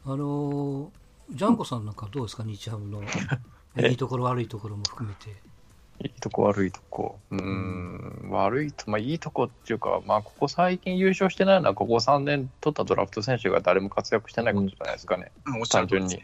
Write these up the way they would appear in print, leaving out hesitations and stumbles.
ジャンコさんなんかどうですか、日ハムのいいところ悪いところも含めて。 いいとこ悪いとこ。悪いと、いいとこっていうか、ここ最近優勝してないのは、ここ3年取ったドラフト選手が誰も活躍してないことじゃないですかね。単純に。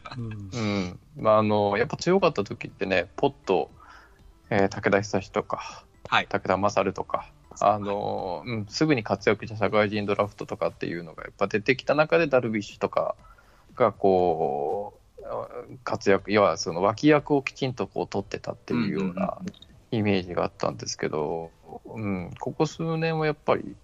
やっぱ強かった時ってね、ポッと、武田久志とか、武田勝とか、すぐに活躍した社会人ドラフトとかっていうのがやっぱ出てきた中で、ダルビッシュとかがこう活躍、要はその脇役をきちんとこう取ってたっていうようなイメージがあったんですけど、ここ数年はやっぱり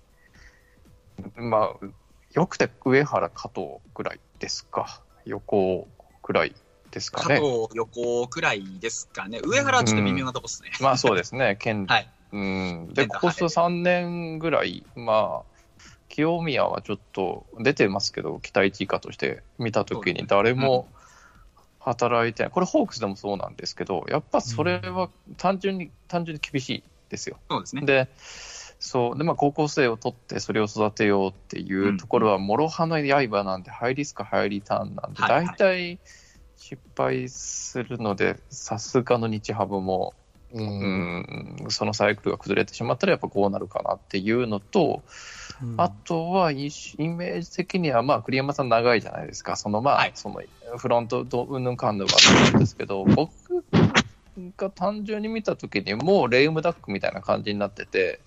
よくて上原加藤くらいですか、横くらいですかね。 加藤横くらいですかね。上原はちょっと微妙なとこですね。 そうですね。でここ数3年ぐらい清宮はちょっと出てますけど、期待値以下として見たときに誰も働いてない、これホークスでもそうなんですけど、やっぱそれは単純に厳しいですよ。 そうですね。 で高校生を取ってそれを育てようっていうところは諸刃の刃なんで、ハイリスクハイリターンなんで、大体失敗するので、さすがの日ハムもそのサイクルが崩れてしまったらやっぱこうなるかなっていうのと、あとはイメージ的には栗山さん長いじゃないですか。そのフロントうんぬんかんぬんはあるんですけど、僕が単純に見た時にもうレイムダックみたいな感じになってて、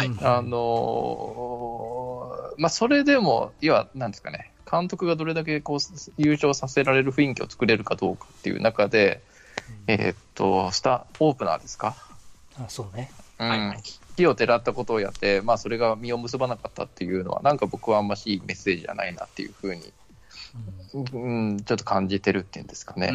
それでもなんですかね、監督がどれだけこう優勝させられる雰囲気を作れるかどうかっていう中で、オープナーですか。 そうね。 木をてらったことをやって、それが実を結ばなかったっていうのは、なんか僕はあんましいいメッセージじゃないなっていうふうに、ちょっと感じてるっていうんですかね。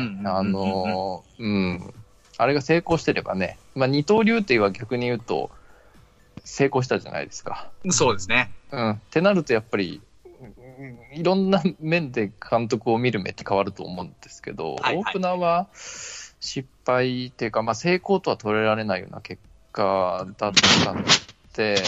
あれが成功してればね、二刀流っていうのは逆に言うと成功したじゃないですか。 そうですね。 ってなるとやっぱりいろんな面で監督を見る目って変わると思うんですけど、オープナーは失敗っていうか、成功とは取れられないような結果だったので、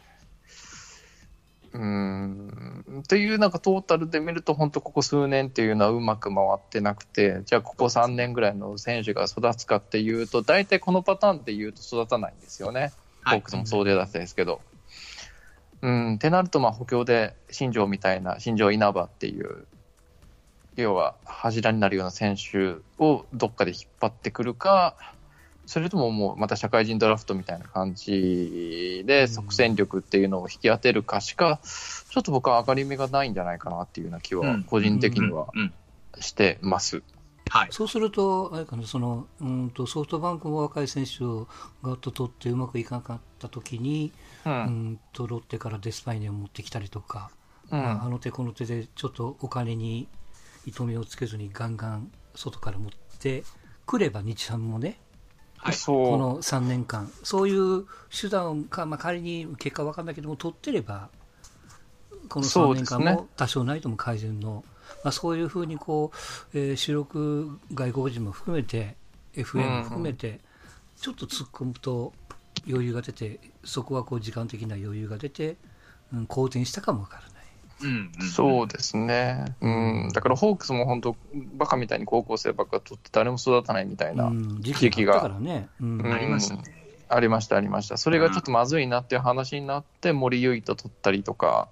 っていうトータルで見ると、本当ここ数年っていうのはうまく回ってなくて、じゃあここ3年ぐらいの選手が育つかっていうと、大体このパターンでいうと育たないんですよね。ホークスもそうでだったんですけど。ってなると補強で新庄みたいな、新庄稲葉っていう要は柱になるような選手をどっかで引っ張ってくるか、それとももうまた社会人ドラフトみたいな感じで即戦力っていうのを引き当てるかしか、ちょっと僕は上がり目がないんじゃないかなっていうような気は個人的にはしてます。 そうするとあれかな、ソフトバンクも若い選手をガッと取ってうまくいかなかった時に、ロッテからデスパイネを持ってきたりとか、あの手この手でちょっとお金に糸目をつけずにガンガン外から持ってくれば、日ハムもね、この3年間そういう手段か、仮に結果は分かんないけども取ってれば、この3年間も多少ないとも改善の、そういうふうにこう、主力外国人も含めて FA も含めてちょっと突っ込むと余裕が出て、そこはこう時間的な余裕が出て、好転したかもわからない。 そうですね。だからホークスも本当バカみたいに高校生ばっか取って誰も育たないみたいな時期がありましたね。 ありました。それがちょっとまずいなっていう話になって森唯斗取ったりとか、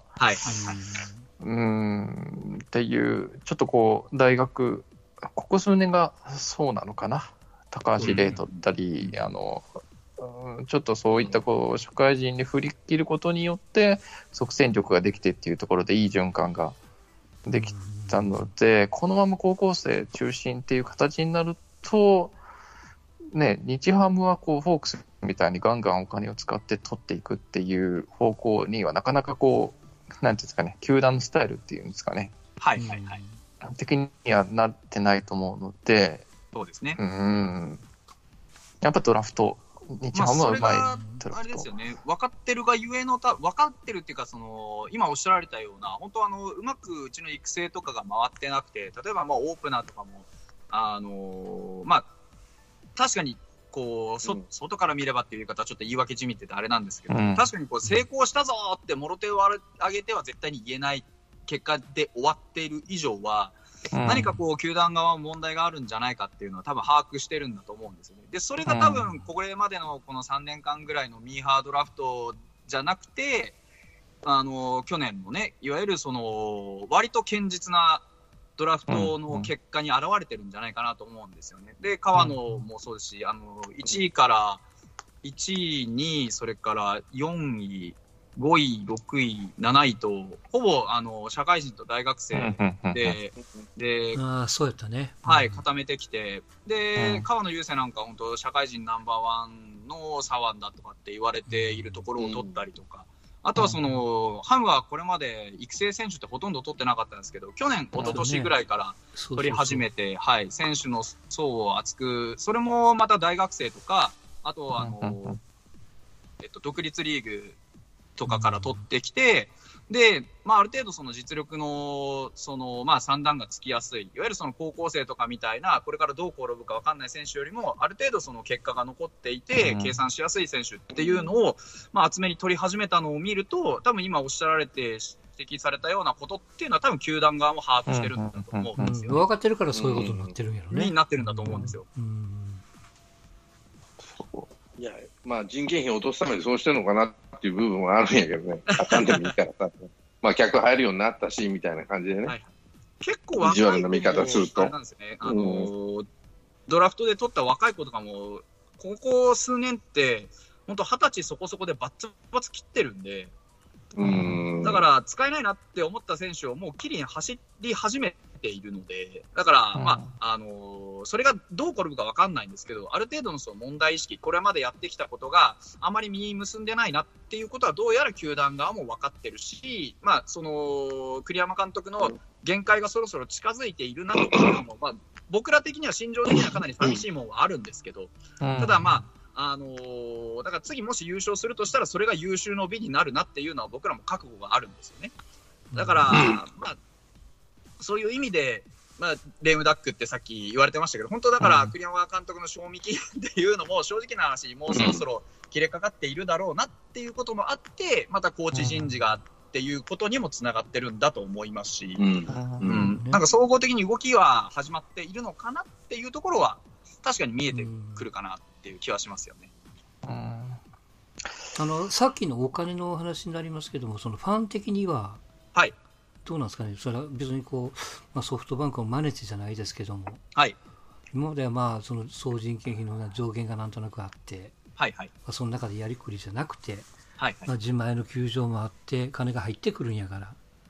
っていうちょっとこう大学ここ数年がそうなのかな、高橋礼取ったり、ちょっとそういったこう社会人に振り切ることによって即戦力ができてっていうところでいい循環ができたので、このまま高校生中心っていう形になるとね、日ハムはこうフォークスみたいにガンガンお金を使って取っていくっていう方向にはなかなかこうなんていうんですかね、球団のスタイルっていうんですかね、的にはなってないと思うので、 そうですね。 やっぱドラフト日ハムはうまいドラフト、 あれですよね、分かってるがゆえの分かってるっていうか、今おっしゃられたような本当うまくうちの育成とかが回ってなくて、例えばオープナーとかも確かにこう外から見ればっていう言い方はちょっと言い訳じみててあれなんですけど、確かにこう成功したぞってもろ手を挙げては絶対に言えない結果で終わっている以上は、 何かこう球団側も問題があるんじゃないかっていうのは多分把握してるんだと思うんですよね。でそれが多分これまでのこの3年間ぐらいのミーハードラフトじゃなくて、去年のね、いわゆるその割と堅実なドラフトの結果に表れてるんじゃないかなと思うんですよね。で川野もそうですし、1位から1位、2位、それから4位、5位、6位、7位と、ほぼ社会人と大学生で、 そうやったね。 はい、固めてきて、で、川野雄星なんか、本当、社会人ナンバーワンの左腕だとかって言われているところを取ったりとか、あとはハムはこれまで育成選手ってほとんど取ってなかったんですけど、去年、一昨年ぐらいから取り始めて、はい、選手の層を厚く、それもまた大学生とか、あとは独立リーグとかから取ってきて、で、ある程度その実力の算段がつきやすい、いわゆるその高校生とかみたいな、これからどう転ぶか分かんない選手よりも、ある程度その結果が残っていて、計算しやすい選手っていうのを、厚めに取り始めたのを見ると、多分今おっしゃられて指摘されたようなことっていうのは、多分球団側も把握してるんだと思うんですよ、 分かってるからそういうことになってるんやろね。 になってるんだと思うんですよ。 いや、人件費を落とすためにそうしてるのかなっていう部分はあるんやけどね、あかんでもいいからさ、客入るようになったしみたいな感じでね、 結構若い子も意地悪な見方すると、 なんですね、ドラフトで取った若い子とかも、ここ数年って、本当、20歳そこそこでバッツバツ切ってるんで、だから使えないなって思った選手をもうきりに走り始めているので、だから、それがどう転ぶか分かんないんですけど、ある程度のその問題意識、これまでやってきたことがあまり実に結んでないなっていうことは、どうやら球団側も分かってるし、栗山監督の限界がそろそろ近づいているなというのも、僕ら的には心情的にはかなり寂しいものはあるんですけど、ただだから次もし優勝するとしたら、それが優秀の美になるなっていうのは僕らも覚悟があるんですよね。だから、そういう意味で、レームダックってさっき言われてましたけど、本当だから栗山監督の賞味期限っていうのも正直な話、もうそろそろ切れかかっているだろうなっていうこともあって、またコーチ人事がっていうことにもつながってるんだと思いますし、なんか総合的に動きは始まっているのかなっていうところは確かに見えてくるかなっていう気はしますよね。 さっきのお金の話になりますけども、そのファン的にはどうなんですかね。それは別にソフトバンクをマネチじゃないですけども、今まではその総人件費の上限がなんとなくあって、その中でやりくりじゃなくて、自前の球場もあって金が入ってくるんやから、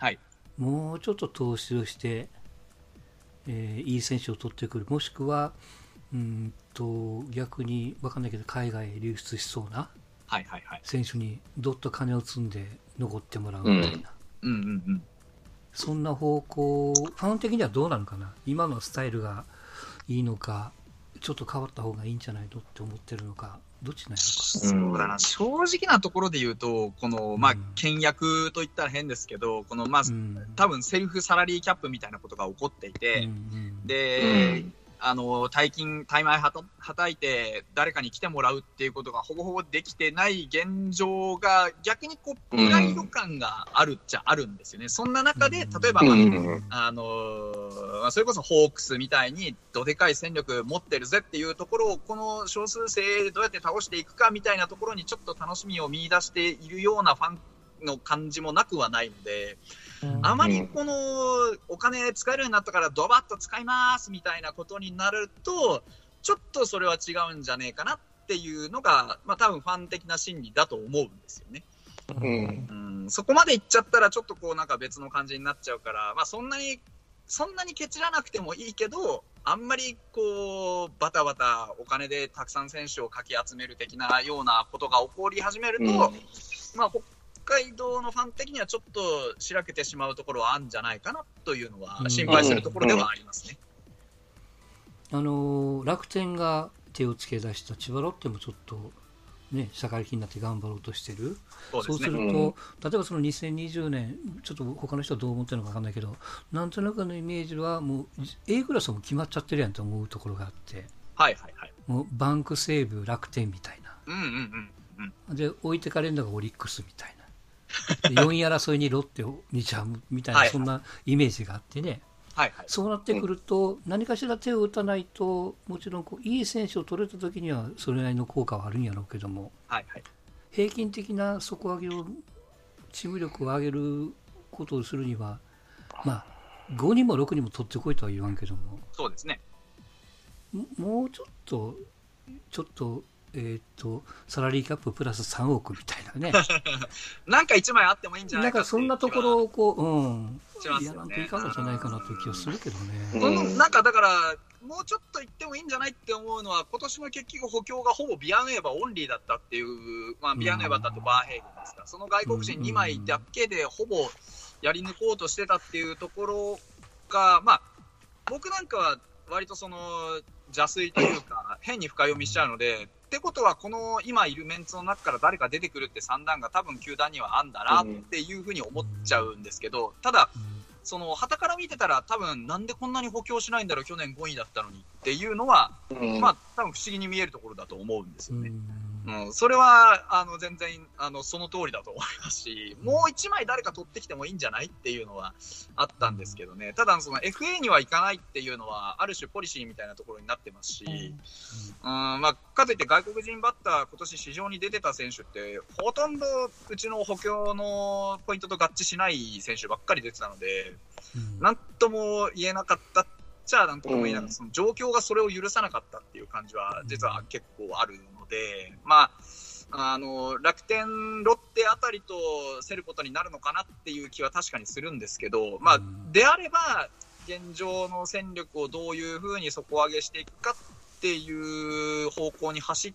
もうちょっと投資をして、いい選手を取ってくる、もしくは逆に分かんないけど海外へ流出しそうな選手にどっと金を積んで残ってもらうみたいな、そんな方向、ファン的にはどうなのかな。今のスタイルがいいのか、ちょっと変わった方がいいんじゃないのって思ってるのか、どっちなんやろか。 そうだな、正直なところで言うと、この倹約といったら変ですけど、この多分セルフサラリーキャップみたいなことが起こっていて、で、大枚はたいて誰かに来てもらうっていうことがほぼほぼできてない現状が、逆にプライド感があるっちゃあるんですよね。そんな中で例えば、それこそホークスみたいにどでかい戦力持ってるぜっていうところを、この少数生でどうやって倒していくかみたいなところにちょっと楽しみを見出しているようなファンの感じもなくはないので、あまりこのお金使えるようになったからドバッと使いますみたいなことになると、ちょっとそれは違うんじゃねえかなっていうのが、多分ファン的な心理だと思うんですよね。そこまでいっちゃったらちょっとなんか別の感じになっちゃうから、そんなにケチらなくてもいいけど、あんまりバタバタお金でたくさん選手をかき集める的なようなことが起こり始めると、北海道のファン的にはちょっとしらけてしまうところはあるんじゃないかなというのは心配するところではありますね。 楽天が手をつけ出した千葉ロッテもちょっとね、社会的になって頑張ろうとしてる。そうすると、例えばその2020年、ちょっと他の人はどう思ってるのか分かんないけど、なんとなくのイメージはもう A クラスはもう決まっちゃってるやんと思うところがあって、もうバンク西武楽天みたいな、で置いてかれるのがオリックスみたいな、4位争いにロッテを日ハムみたいな、そんなイメージがあってね。 はいはい、 そうなってくると、何かしら手を打たないと、もちろんいい選手を取れたときにはそれなりの効果はあるんやろうけども、 はいはい、 平均的な底上げを、チーム力を上げることをするには、まあ、5人も6人も取ってこいとは言わんけども、 そうですね。 もうちょっと、サラリーキャッププラス3億みたいなね。 なんか1枚あってもいいんじゃなかってないんかそんなところをしますよね。 やらんといかんのじゃないかなという気がするけどね。 なんかだから、もうちょっと言ってもいいんじゃないって思うのは、今年の結局補強がほぼビアヌエバオンリーだったっていう、まあ、ビアヌエバだとバーヘイゲンですか、その外国人2枚だけでほぼやり抜こうとしてたっていうところが、まあ、僕なんかは割とその邪推というか、変に深読みしちゃうので、ってことは、この今いるメンツの中から誰か出てくるって算段が多分球団にはあんだなっていうふうに思っちゃうんですけど、ただ、その旗から見てたら、多分なんでこんなに補強しないんだろう、去年5位だったのにっていうのは、まあ多分不思議に見えるところだと思うんですよね。それは全然その通りだと思いますし、もう1枚誰か取ってきてもいいんじゃないっていうのはあったんですけどね、ただその FA には行かないっていうのはある種ポリシーみたいなところになってますし、まあ、かといって外国人バッター今年市場に出てた選手ってほとんどうちの補強のポイントと合致しない選手ばっかり出てたので、なんとも言えなかったじゃあなんとも言えなかった、その状況がそれを許さなかったっていう感じは実は結構あるので、まあ、楽天、ロッテあたりと競ることになるのかなっていう気は確かにするんですけど、まあ、であれば現状の戦力をどういうふうに底上げしていくかっていう方向に走って、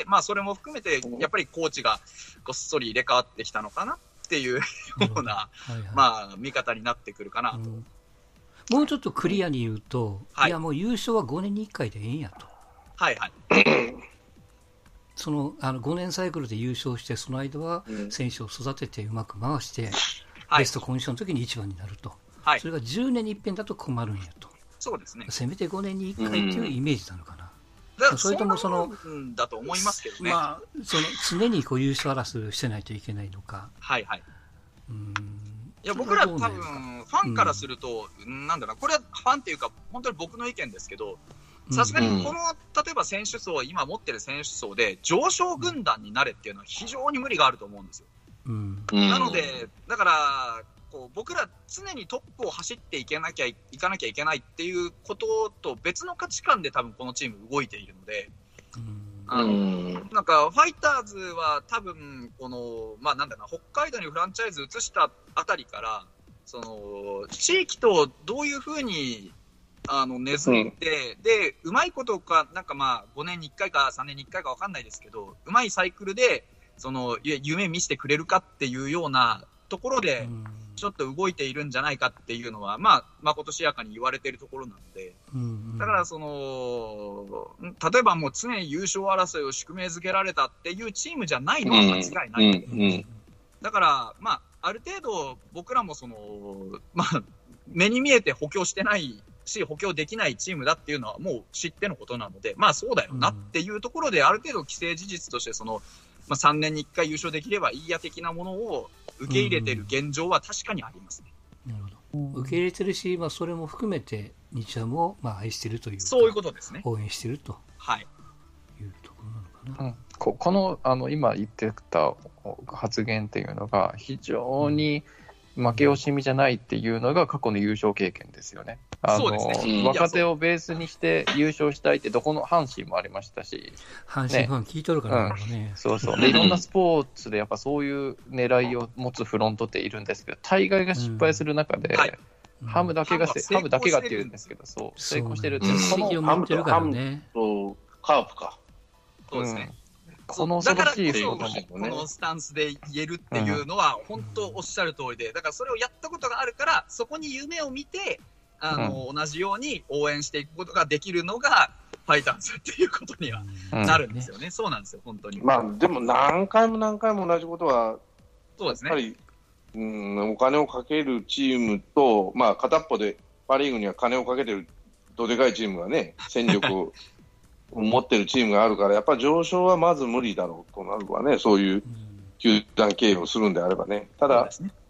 まあ、それも含めてやっぱりコーチがごっそり入れ替わってきたのかなっていうような、まあ、見方になってくるかなと。 もうちょっとクリアに言うと、いやもう優勝は5年に1回でええんやと。 はいはい。 その5年サイクルで優勝して、その間は選手を育ててうまく回して、ベストコンディションの時に1番になると。それが10年に一遍だと困るんやと。 そうですね。 せめて5年に1回っていうイメージなのかな。それともそのだと思いますけどね。 まあ、その常に優勝争いをしてないといけないのか。 はいはい。いや僕ら多分ファンからすると、なんだろうな、これはファンっていうか本当に僕の意見ですけど、さすがにこの例えば選手層、今持ってる選手層で上昇軍団になれっていうのは非常に無理があると思うんですよ。なのでだからこう僕ら常にトップを走っていかなきゃいけないっていうことと別の価値観で多分このチーム動いているので。なんかファイターズは多分この、まあ、なんだろうな、北海道にフランチャイズ移したあたりからその地域とどういうふうに根付いて、でうまいことかなんかまあ5年に1回か3年に1回か分かんないですけど、うまいサイクルでその夢見せてくれるかっていうようなところでちょっと動いているんじゃないかっていうのは、まあ誠しやかに言われているところなので、だからその例えばもう常に優勝争いを宿命づけられたっていうチームじゃないのは間違いないと思うんです。だからまあある程度僕らもそのまあ目に見えて補強してないし補強できないチームだっていうのはもう知ってのことなので、まあそうだよなっていうところである程度既成事実としてその、まあ、3年に1回優勝できればいいや的なものを受け入れている現状は確かにありますね。 なるほど。受け入れてるし、まあ、それも含めて日ハムをまあ愛しているというか、 そういうことですね。 応援しているというところなのかな。 この今言ってた発言っていうのが非常に負け惜しみじゃないっていうのが過去の優勝経験ですよね。 そうですね。 若手をベースにして優勝したいってどこの阪神もありましたし、 阪神ファン聞いとるからね。 そうそう。でいろんなスポーツでやっぱそういう狙いを持つフロントっているんですけど、大概が失敗する中で、ハムだけがって言うんですけど、そう成功してるって実績を持ってるからね。 カープか。 そうですね。 この恐ろしいこのスタンスで言えるっていうのは本当おっしゃる通りで、だからそれをやったことがあるからそこに夢を見て同じように応援していくことができるのがファイターズっていうことにはなるんですよね。そうなんですよ本当に。 まあでも何回も同じことはそうですね。 やっぱりお金をかけるチームと、まあ片っぽでパ・リーグには金をかけてるどでかいチームがね戦力を持ってるチームがあるから、やっぱり上昇はまず無理だろうとなるわね、そういう球団経営をするんであればね。ただ、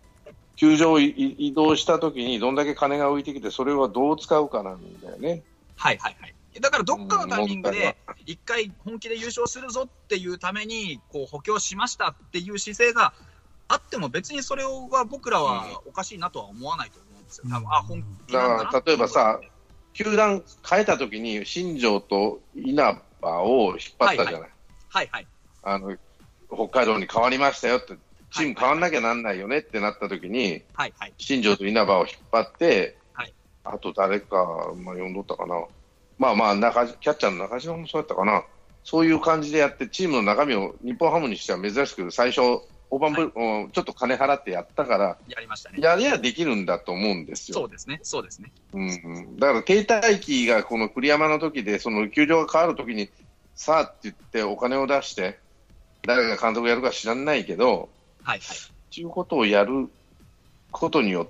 球場を移動したときにどんだけ金が浮いてきて、それはどう使うかなんだよね。 はいはいはい。だからどっかのタイミングで、一回本気で優勝するぞっていうために、こう補強しましたっていう姿勢があっても、別にそれは僕らはおかしいなとは思わないと思うんですよ。多分本気なんだな。 だから例えばさ、球団変えたときに新庄と稲葉を引っ張ったじゃない。 はいはい。 北海道に変わりましたよって、チーム変わんなきゃなんないよねってなったときに、 はいはい。 新庄と稲葉を引っ張って、 はい、 あと誰か、呼んどったかな。キャッチャーの中島もそうやったかな。そういう感じでやって、チームの中身を日本ハムにしては珍しく、最初、大盤ちょっと金払ってやったから、 やりましたね。 やりゃできるんだと思うんですよ。 そうですね。そうですね。 だから、停滞期がこの栗山の時で、その球場が変わる時に、さあって言ってお金を出して、誰が監督やるか知らないけど、 はいはい。 ということをやることによって、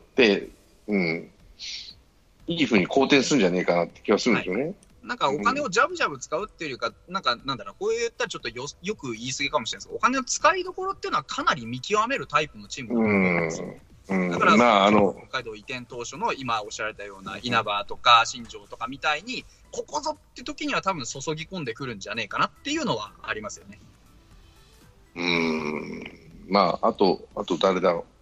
いい風に好転するんじゃねえかなって気がするんですよね。はい、 なんかお金をジャブジャブ使うっていうか、なんだろう、こう言ったらちょっとよく言い過ぎかもしれないですけど、お金の使いどころっていうのはかなり見極めるタイプのチームだと思うんですよ。だから、北海道移転当初の今おっしゃられたような稲葉とか新庄とかみたいに、ここぞって時には多分注ぎ込んでくるんじゃねえかなっていうのはありますよね。 あと誰だろ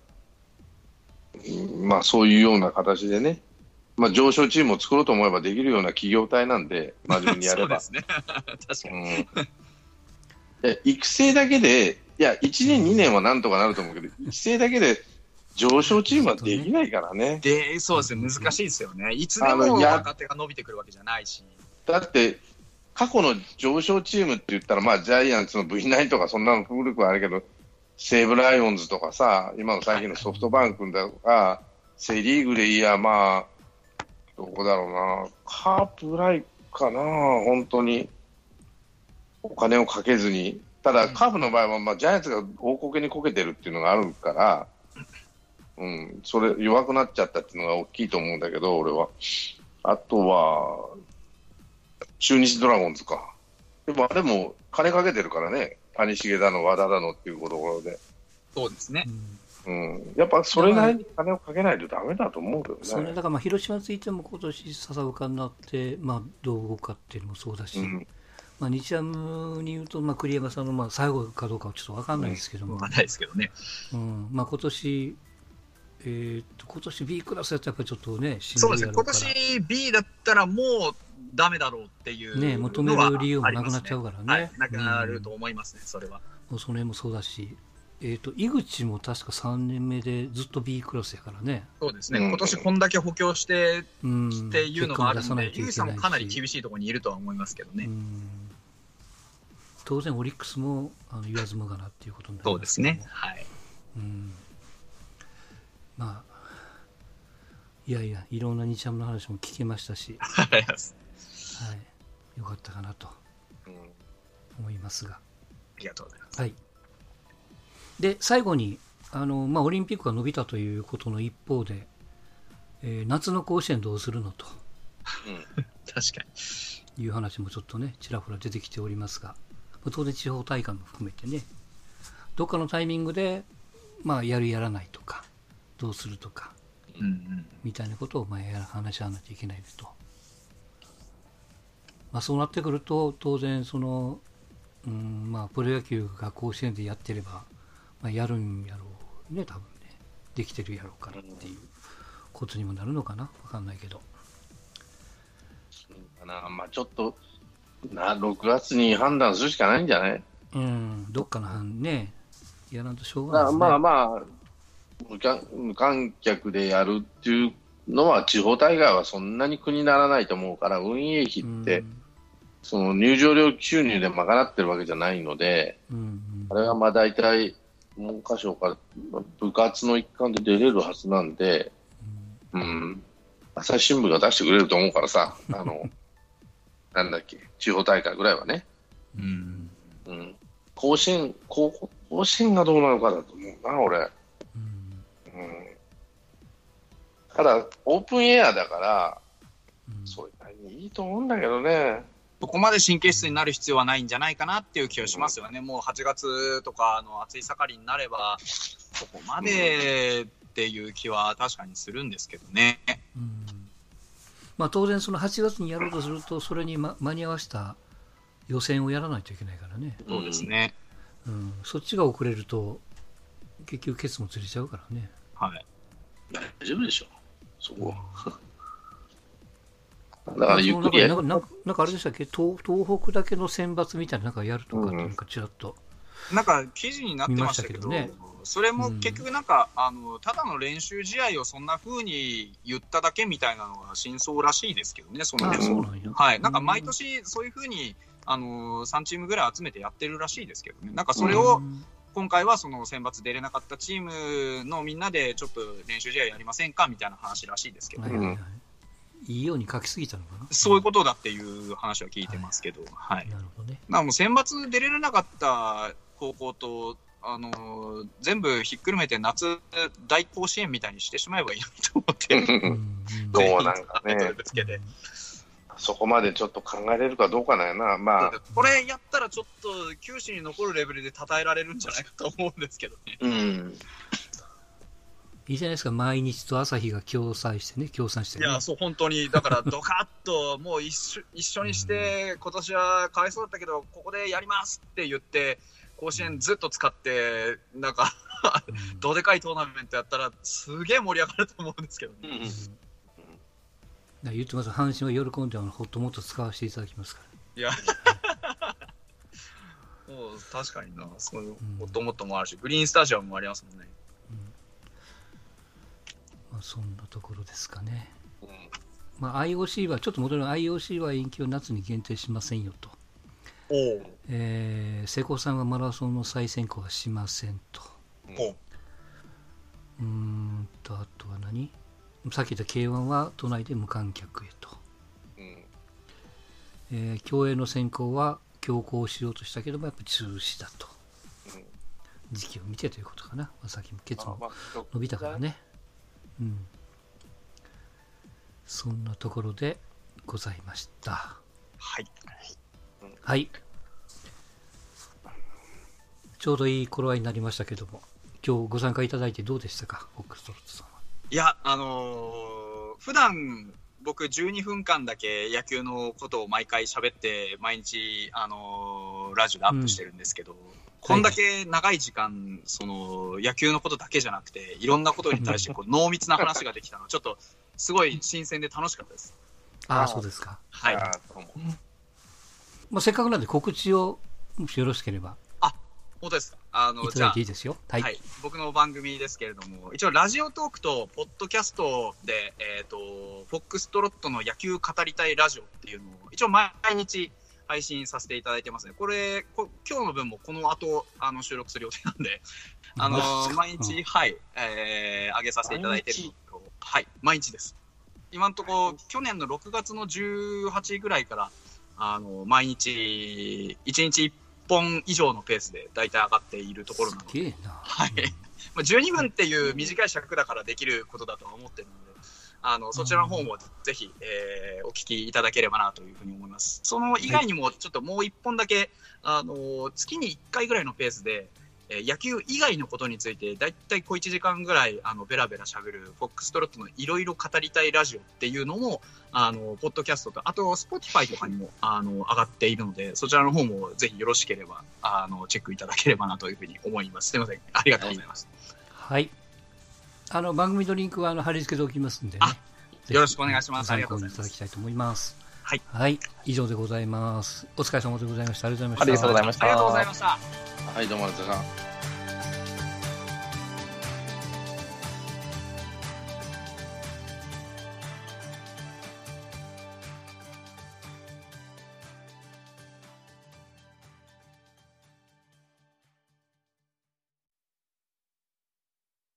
う。そういうような形でね、上昇チームを作ろうと思えばできるような企業体なんで、真面目にやれば。 そうですね。確かに。育成だけで、いや、1年、2年はなんとかなると思うけど、育成だけで上昇チームはできないからね。 そうですね、難しいですよね。いつでも若手が伸びてくるわけじゃないし。 だって、過去の上昇チームって言ったら、ジャイアンツの V9 とか、そんなの古くはあるけど、西武ライオンズとかさ、今の最近のソフトバンクだとか、セ・リーグでいや、どこだろうな、カープぐらいかな、本当にお金をかけずに。ただ、カープの場合は、ジャイアンツが大こけにこけてるっていうのがあるから、それ弱くなっちゃったっていうのが大きいと思うんだけど、俺は。あとは、中日ドラゴンズか。でもあれも金かけてるからね、谷繁だの、和田だのっていうところで。 そうですね。 やっぱそれなりに金をかけないとダメだと思うけどね。 それだから広島についても今年笹岡になって、どう動くかっていうのもそうだし、日ハムに言うと、栗山さんの最後かどうかはちょっと分かんないですけども、 分かんないですけどね。 今年、今年 B クラスやったらやっぱりちょっとね、 そうですね、今年 B だったらもうダメだろうっていうね、求める理由もなくなっちゃうからね。 はい、なくなると思いますね、それは。 その辺もそうだし、井口も確か3年目でずっと B クラスやからね。 そうですね、今年こんだけ補強してっていうのがあるので、井口さんもかなり厳しいところにいるとは思いますけどね。 当然オリックスも言わずもがなっていうことになりそうですね。はい。 いろんな日ハムの話も聞けましたし、 はい、 よかったかなと思いますが。 ありがとうございます。 はい。で、最後にオリンピックが伸びたということの一方で、夏の甲子園どうするのと、 確かにいう話もちょっとね、ちらほら出てきておりますが、当然地方大会も含めてね、どっかのタイミングで、やるやらないとか、どうするとか、みたいなことを話し合わないといけないと。そうなってくると、当然プロ野球が甲子園でやってれば、やるんやろうね、多分ね、できてるやろうからっていうことにもなるのかな、分かんないけど。 ちょっと6月に判断するしかないんじゃない？ どっかのね、やらんとしょうがないですね。 無観客でやるっていうのは、地方大会はそんなに苦にならないと思うから、運営費って、その入場料収入で賄ってるわけじゃないので、あれは大体、文科省から部活の一環で出れるはずなんで、朝日新聞が出してくれると思うからさ、なんだっけ、地方大会ぐらいはね。甲子園がどうなのかだと思うな、俺。ただ、オープンエアだから、それなりにいいと思うんだけどね。 そこまで神経質になる必要はないんじゃないかなっていう気がしますよね。もう8月とか暑い盛りになれば、そこまでっっていう気は確かにするんですけどね。 まあ、当然、その8月にやろうとすると、それに、間に合わせた予選をやらないといけないからね。 そうですね。 そっちが遅れると、結局、ケツもつれちゃうからね。 はい。 大丈夫でしょ、そこは。だからゆっくりなんかあれでしたっけ、東北だけの選抜みたいな、なんかやるとかって、なんかちらっと。 なんか記事になってましたけど、ね、それも結局なんか、ただの練習試合をそんな風に言っただけみたいなのが真相らしいですけどね、そのはい、なんか毎年そういう風に3チームぐらい集めてやってるらしいですけどね、なんかそれを今回はその選抜出れなかったチームのみんなでちょっと練習試合やりませんかみたいな話らしいですけどね。 いいように書きすぎたのかな。 そういうことだっていう話は聞いてますけど、はい。 なるほどね。 もう選抜出れなかった高校と全部ひっくるめて夏大甲子園みたいにしてしまえばいいと思ってどうなんかね、そこまでちょっと考えれるかどうかなんやな、まあ、 これやったらちょっと球史に残るレベルで称えられるんじゃないかと思うんですけどね。 いいじゃないですか、毎日と朝日が協賛してね。 いや、そう、本当に、だから、ドカッと、もう一緒にして、今年はかわいそうだったけど、ここでやりますって言って、甲子園ずっと使って、なんか、どでかいトーナメントやったら、すげえ盛り上がると思うんですけどね。 言ってます、阪神は喜んでホットモット使わせていただきますから。 いや、もう確かにな、そういうホットモットもあるし、グリーンスタジアムもありますもんね。 まあ、そんなところですかね。まあ、IOC は、ちょっと戻るの IOC は延期を夏に限定しませんよと。瀬古さんはマラソンの再選考はしませんと。あとは何？さっき言った K1 は都内で無観客へと。競泳の選考は強行しようとしたけども、やっぱり中止だと。時期を見てということかな。まあ、さっきもケツも伸びたからね。そんなところでございました。 はい。 はい。ちょうどいい頃合いになりましたけども、今日ご参加いただいてどうでしたか、フォックストロットさんは。 いや、普段僕12分間だけ野球のことを毎回喋って毎日ラジオでアップしてるんですけど、こんだけ長い時間その野球のことだけじゃなくていろんなことに対してこう濃密な話ができたのはちょっとすごい新鮮で楽しかったです。 ああ、そうですか。 はい。 まあ、せっかくなんで告知をもしよろしければ。 あ、本当ですか。 いただいていいですよ。はい。 はい、僕の番組ですけれども、一応ラジオトークとポッドキャストで、フォックストロットの野球語りたいラジオっていうのを一応毎日配信させていただいてますね。今日の分もこの後収録する予定なんで、毎日、はい、上げさせていただいてるのと、はい、毎日です。今のところ去年の6月の18ぐらいから毎日1日1本以上のペースで大体上がっているところなので、 すげえな。 はい、12分っていう短い尺だからできることだとは思ってるので、そちらの方もぜひ、お聞きいただければなというふうに思います。その以外にもちょっともう1本だけ、月に1回ぐらいのペースで、野球以外のことについてだいたい小1時間ぐらいベラベラしゃべるフォックストロットのいろいろ語りたいラジオっていうのもポッドキャストとあと Spotify とかにも上がっているので、そちらの方もぜひよろしければチェックいただければなというふうに思います。すみません、ありがとうございます。 はい、番組のリンクは貼り付けておきますんでね、 よろしくお願いします。 参考にいただきたいと思います。 はい、 はい、以上でございます。お疲れ様でございました。ありがとうございました。 ありがとうございました。 はい、どうもありがとうございました。